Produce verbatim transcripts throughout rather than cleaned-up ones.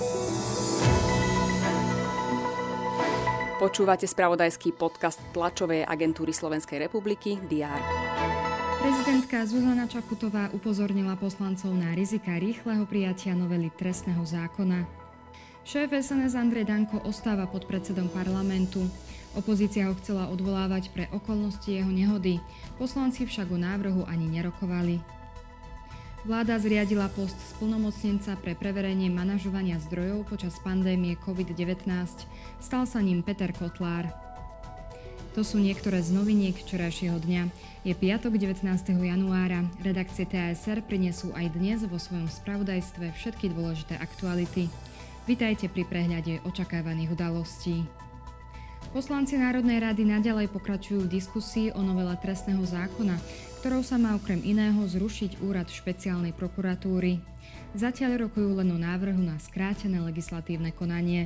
Počúvate spravodajský podcast tlačovej agentúry Slovenskej republiky dé er. Prezidentka Zuzana Čaputová upozornila poslancov na rizika rýchleho prijatia novely trestného zákona. Šéf es en es Andrej Danko ostáva podpredsedom parlamentu. Opozícia ho chcela odvolávať pre okolnosti jeho nehody. Poslanci však o návrhu ani nerokovali. Vláda zriadila post splnomocnenca pre preverenie manažovania zdrojov počas pandémie covid devätnásť. Stal sa ním Peter Kotlár. To sú niektoré z noviniek včerajšieho dňa. Je piatok devätnásteho januára. Redakcie té es er prinesú aj dnes vo svojom spravodajstve všetky dôležité aktuality. Vitajte pri prehľade očakávaných udalostí. Poslanci Národnej rady naďalej pokračujú v diskusii o novele trestného zákona, ktorou sa má okrem iného zrušiť úrad špeciálnej prokuratúry. Zatiaľ rokujú len o návrhu na skrátené legislatívne konanie.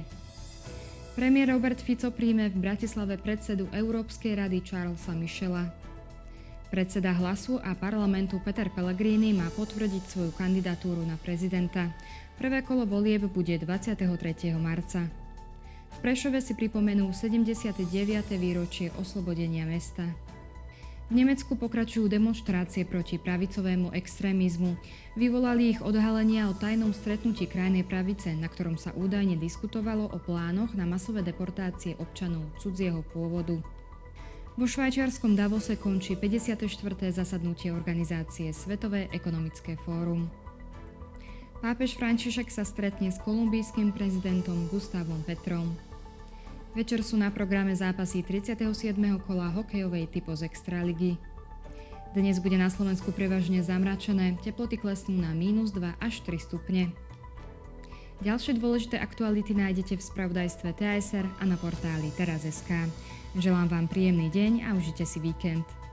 Premiér Robert Fico príjme v Bratislave predsedu Európskej rady Charlesa Michela. Predseda Hlasu a parlamentu Peter Pellegrini má potvrdiť svoju kandidatúru na prezidenta. Prvé kolo volieb bude dvadsiateho tretieho marca. V Prešove si pripomenú sedemdesiate deviate výročie oslobodenia mesta. V Nemecku pokračujú demonštrácie proti pravicovému extrémizmu. Vyvolali ich odhalenia o tajnom stretnutí krajnej pravice, na ktorom sa údajne diskutovalo o plánoch na masové deportácie občanov cudzieho pôvodu. Vo švajčiarskom Davose končí päťdesiate štvrté zasadnutie organizácie Svetové ekonomické fórum. Pápež František sa stretne s kolumbijským prezidentom Gustavom Petrom. Večer sú na programe zápasy tridsiateho siedmeho kola hokejovej Typos Extraligy. Dnes bude na Slovensku prevažne zamračené, teploty klesnú na mínus dva až tri stupne. Ďalšie dôležité aktuality nájdete v spravodajstve té es er a na portáli teraz bodka es ká. Želám vám príjemný deň a užite si víkend.